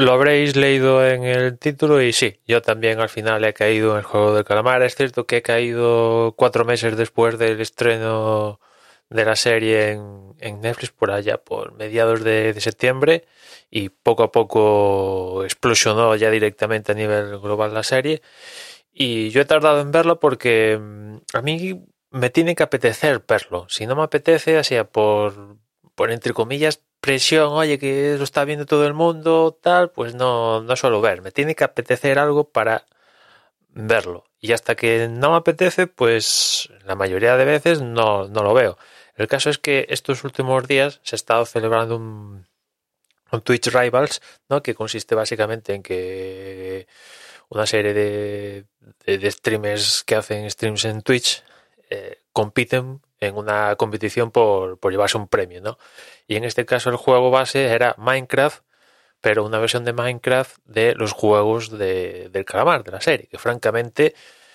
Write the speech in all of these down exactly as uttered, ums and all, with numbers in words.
lo habréis leído en el título y sí, yo también al final he caído en el juego del calamar. Es cierto que he caído cuatro meses después del estreno de la serie en, en Netflix, por allá por mediados de, de septiembre, y poco a poco explosionó ya directamente a nivel global la serie. Y yo he tardado en verlo porque mm, a mí me tiene que apetecer verlo. Si no me apetece, así por, por entre comillas, presión, oye, que lo está viendo todo el mundo, tal, pues no, no suelo ver. Me tiene que apetecer algo para verlo. Y hasta que no me apetece, pues la mayoría de veces no, no lo veo. El caso es que estos últimos días se ha estado celebrando un, un Twitch Rivals, ¿no? Que consiste básicamente en que una serie de, de, de streamers que hacen streams en Twitch eh, compiten en una competición por, por llevarse un premio, ¿no? Y en este caso el juego base era Minecraft, pero una versión de Minecraft de los juegos de, del calamar, de la serie, que francamente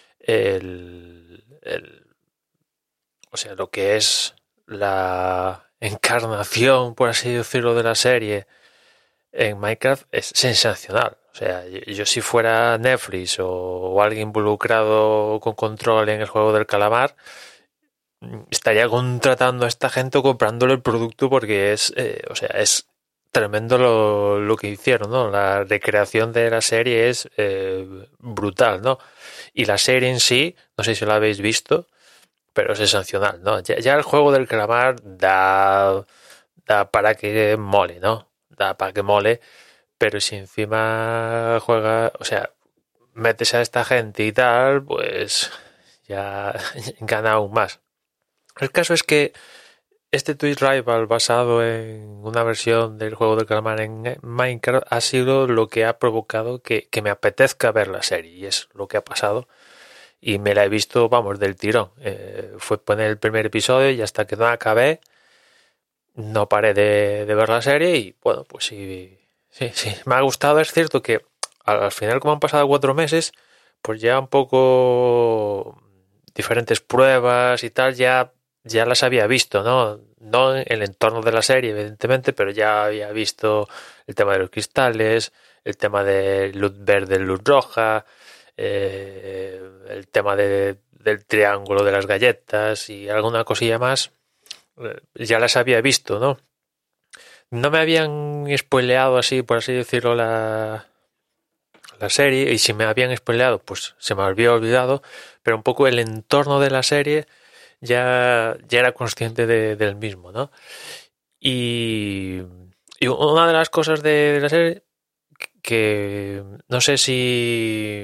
el, el, o sea, lo que es la encarnación, por así decirlo, de la serie en Minecraft es sensacional. O sea, yo, yo si fuera Netflix o, o alguien involucrado con control en el juego del calamar, estaría contratando a esta gente o comprándole el producto porque es, eh, o sea, es tremendo lo, lo que hicieron, ¿no? La recreación de la serie es eh, brutal, ¿no? Y la serie en sí, no sé si la habéis visto, pero es sensacional, ¿no? Ya, ya el juego del calamar da, da para que mole, ¿no? Da para que mole, pero si encima juega, o sea, metes a esta gente y tal, pues ya gana aún más. El caso es que este Twitch Rival basado en una versión del juego del calamar en Minecraft ha sido lo que ha provocado que, que me apetezca ver la serie, y es lo que ha pasado. Y me la he visto, vamos, del tirón. Eh, fue poner el primer episodio y hasta que no acabé no paré de, de ver la serie y bueno, pues sí, sí, sí, me ha gustado. Es cierto que al, al final, como han pasado cuatro meses, pues ya un poco diferentes pruebas y tal, ya, ya las había visto, ¿no? No en el entorno de la serie, evidentemente, pero ya había visto el tema de los cristales, el tema de luz verde, luz roja, eh, el tema de, del triángulo de las galletas y alguna cosilla más. Eh, ya las había visto, ¿no? No me habían spoileado así, por así decirlo, la, la serie, y si me habían spoileado, pues se me había olvidado, pero un poco el entorno de la serie ya, ya era consciente de, del mismo, ¿no? Y, y una de las cosas de, de la serie que no sé si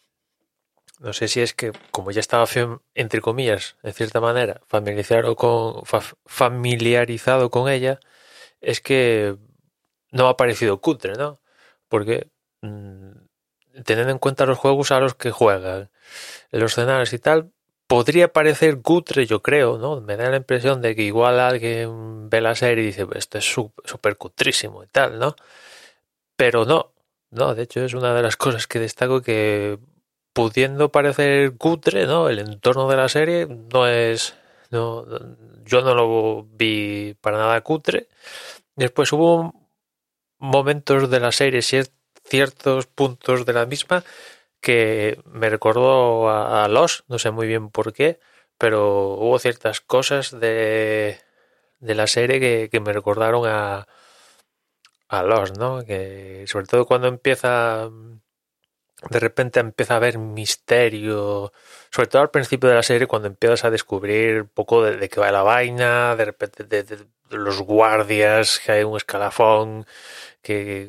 no sé si es que como ya estaba entre comillas en cierta manera familiarizado con fa, familiarizado con ella, es que no me ha parecido cutre, ¿no? Porque mmm, teniendo en cuenta los juegos a los que juegan, los escenarios y tal, podría parecer cutre, yo creo, ¿no? Me da la impresión de que igual alguien ve la serie y dice, esto es súper cutrísimo y tal, ¿no? Pero no, no, de hecho es una de las cosas que destaco, que pudiendo parecer cutre, ¿no? El entorno de la serie no es, no, yo no lo vi para nada cutre. Después hubo momentos de la serie, ciertos puntos de la misma, que me recordó a, a Lost, no sé muy bien por qué, pero hubo ciertas cosas de, de la serie que, que me recordaron a, a Lost, ¿no? Que sobre todo cuando empieza, de repente empieza a haber misterio, sobre todo al principio de la serie, cuando empiezas a descubrir un poco de, de qué va la vaina, de repente de, de, de los guardias, que hay un escalafón, que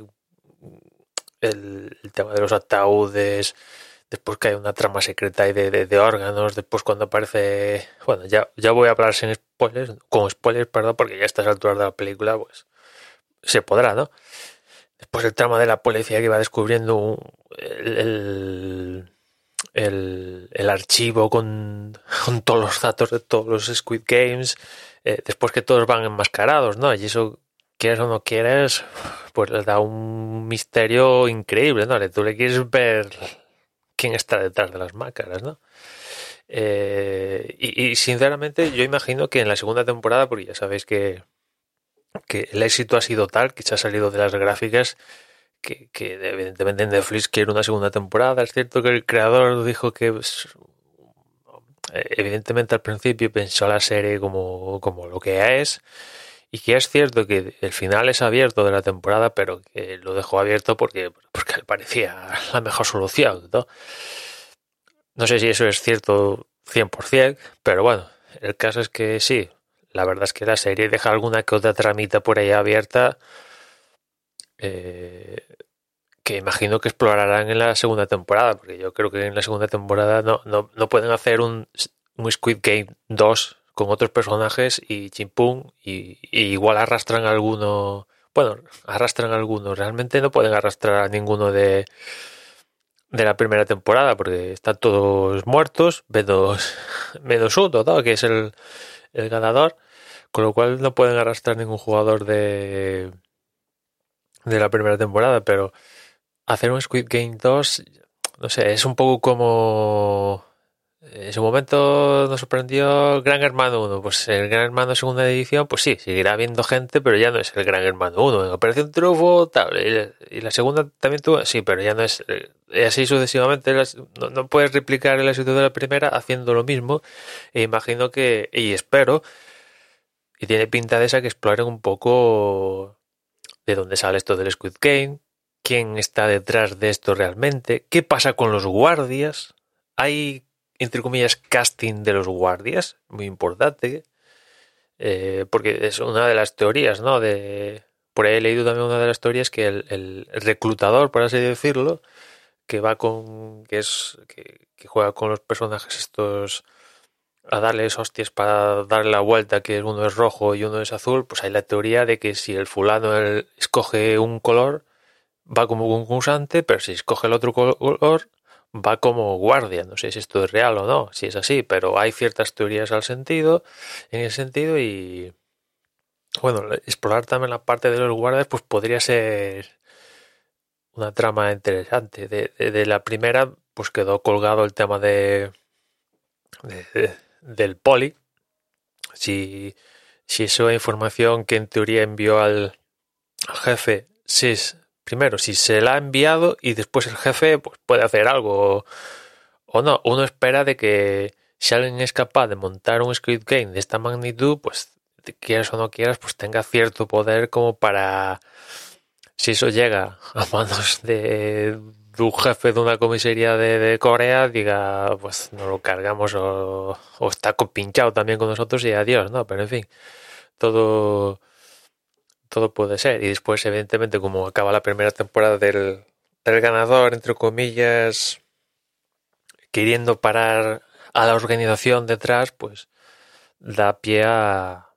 el, el tema de los ataúdes, después que hay una trama secreta ahí de, de, de órganos, después cuando aparece, bueno, ya, ya voy a hablar sin spoilers, con spoilers, perdón, porque ya a estas alturas de la película, pues se podrá, ¿no? Después el trama de la policía que va descubriendo un, el, el, el, el archivo con, con todos los datos de todos los Squid Games, eh, después que todos van enmascarados, ¿no? Y eso, quieres o no quieres, pues les da un misterio increíble, ¿no? Tú le quieres ver quién está detrás de las máscaras, ¿no? Eh, y, y sinceramente yo imagino que en la segunda temporada, porque ya sabéis que, que el éxito ha sido tal, que se ha salido de las gráficas, que, que evidentemente Netflix quiere una segunda temporada. Es cierto que el creador dijo que pues, evidentemente al principio pensó la serie como, como lo que es, y que es cierto que el final es abierto de la temporada, pero que lo dejó abierto porque, porque le parecía la mejor solución, ¿no? No sé si eso es cierto cien por ciento, pero bueno, el caso es que sí, la verdad es que la serie deja alguna que otra tramita por ahí abierta, eh, que imagino que explorarán en la segunda temporada, porque yo creo que en la segunda temporada no, no, no pueden hacer un, un Squid Game dos con otros personajes y chimpún, y, y igual arrastran alguno, bueno, arrastran alguno, realmente no pueden arrastrar a ninguno de, de la primera temporada, porque están todos muertos, menos, menos uno, ¿no? Que es el, el ganador, con lo cual no pueden arrastrar ningún jugador de, de la primera temporada, pero hacer un Squid Game dos, no sé, es un poco como... En su momento nos sorprendió Gran Hermano uno, pues el Gran Hermano segunda edición, pues sí, seguirá habiendo gente, pero ya no es el Gran Hermano uno. En Operación Triunfo, tal, y la segunda también tuvo, sí, pero ya no es, y así sucesivamente, no, no puedes replicar el éxito de la primera haciendo lo mismo, e imagino que, y espero, y tiene pinta de esa que exploren un poco de dónde sale esto del Squid Game, quién está detrás de esto realmente, qué pasa con los guardias. Hay, entre comillas, casting de los guardias, muy importante, eh, porque es una de las teorías, ¿no? De, por ahí he leído también una de las teorías que el, el reclutador, por así decirlo, que va con, que es, que, que juega con los personajes estos a darles hostias para darle la vuelta, que uno es rojo y uno es azul, pues hay la teoría de que si el fulano él escoge un color, va como concursante, pero si escoge el otro color, va como guardia. No sé si esto es real o no, si es así, pero hay ciertas teorías al sentido, en ese sentido, y bueno, explorar también la parte de los guardias, pues podría ser una trama interesante. De, de, de la primera, pues quedó colgado el tema de, de, de del poli. Si, si esa información que en teoría envió al, al jefe, si es, primero, si se la ha enviado y después el jefe pues, puede hacer algo o, o no. Uno espera de que si alguien es capaz de montar un Squid Game de esta magnitud, pues quieras o no quieras, pues tenga cierto poder como para, si eso llega a manos de, de un jefe de una comisaría de, de Corea, diga, pues nos lo cargamos o, o está compinchado también con nosotros y adiós, ¿no? Pero en fin, todo, todo puede ser. Y después, evidentemente, como acaba la primera temporada del, del ganador, entre comillas, queriendo parar a la organización detrás, pues da pie a,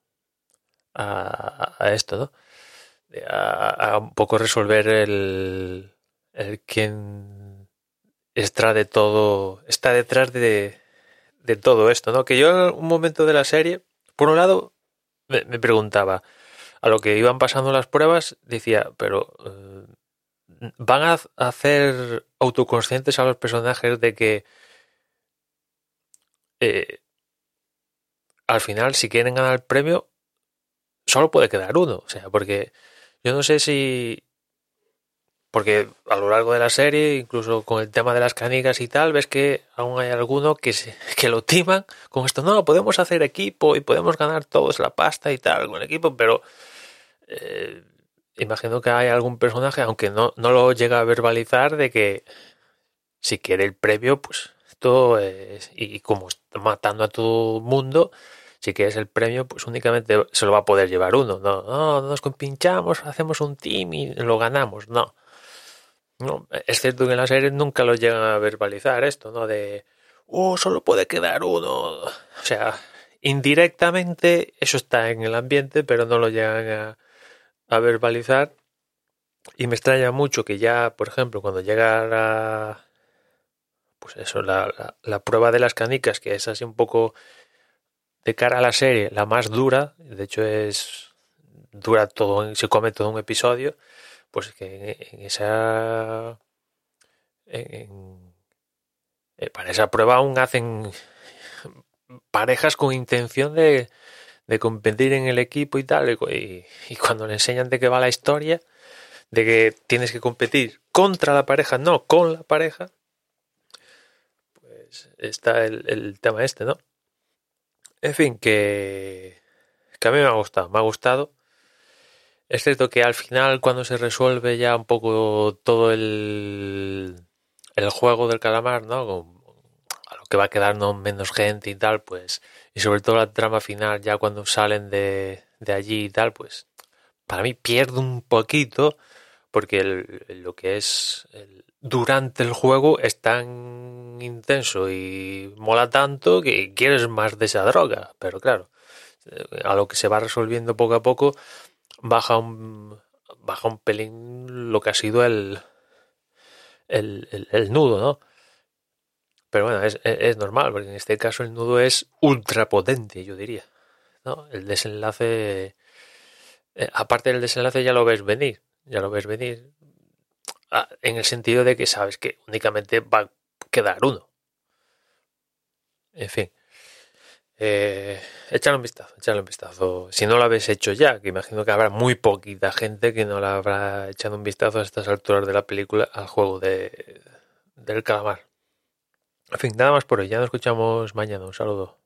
a, a esto, ¿no? A, a un poco resolver el, el quién está de todo, está detrás de, de todo esto, ¿no? Que yo en un momento de la serie, por un lado, me, me preguntaba, a lo que iban pasando las pruebas, decía, pero eh, ¿van a hacer autoconscientes a los personajes de que eh, al final, si quieren ganar el premio, solo puede quedar uno? O sea, porque yo no sé si... Porque a lo largo de la serie, incluso con el tema de las canicas y tal, ves que aún hay alguno que, se, que lo timan con esto. No, podemos hacer equipo y podemos ganar todos la pasta y tal con el equipo, pero eh, imagino que hay algún personaje, aunque no, no lo llega a verbalizar, de que si quiere el premio, pues esto es, y como está matando a todo el mundo, si quieres el premio, pues únicamente se lo va a poder llevar uno. No, no, nos compinchamos, hacemos un team y lo ganamos. No. No, es cierto que en la serie nunca lo llegan a verbalizar esto, ¿no? De, oh, solo puede quedar uno. O sea, indirectamente eso está en el ambiente, pero no lo llegan a, a verbalizar. Y me extraña mucho que ya, por ejemplo, cuando llega la, pues eso, la, la, la prueba de las canicas, que es así un poco de cara a la serie, la más dura, de hecho es dura todo, se come todo un episodio, pues que en, en esa en, en, para esa prueba aún hacen parejas con intención de, de competir en el equipo y tal, y, y cuando le enseñan de qué va la historia, de que tienes que competir contra la pareja, no con la pareja, pues está el, el tema este, ¿no? En fin, que, que a mí me ha gustado, me ha gustado. Es cierto que al final, cuando se resuelve ya un poco todo el, el juego del calamar, ¿no? Con- a lo que va quedando menos gente y tal, pues, y sobre todo la trama final, ya cuando salen de, de allí y tal, pues, para mí pierde un poquito, porque el- lo que es el- durante el juego es tan intenso y mola tanto que quieres más de esa droga, pero claro, eh, a lo que se va resolviendo poco a poco baja un baja un pelín lo que ha sido el, el, el, el nudo, ¿no? Pero bueno, es, es, es normal, porque en este caso el nudo es ultra potente, yo diría, ¿no? El desenlace, eh, aparte del desenlace ya lo ves venir, ya lo ves venir, ah, en el sentido de que sabes que únicamente va a quedar uno. En fin, eh, échale un vistazo, échale un vistazo. Si no lo habéis hecho ya, que imagino que habrá muy poquita gente que no la habrá echado un vistazo a estas alturas de la película al juego de, del calamar. En fin, nada más por hoy. Ya nos escuchamos mañana. Un saludo.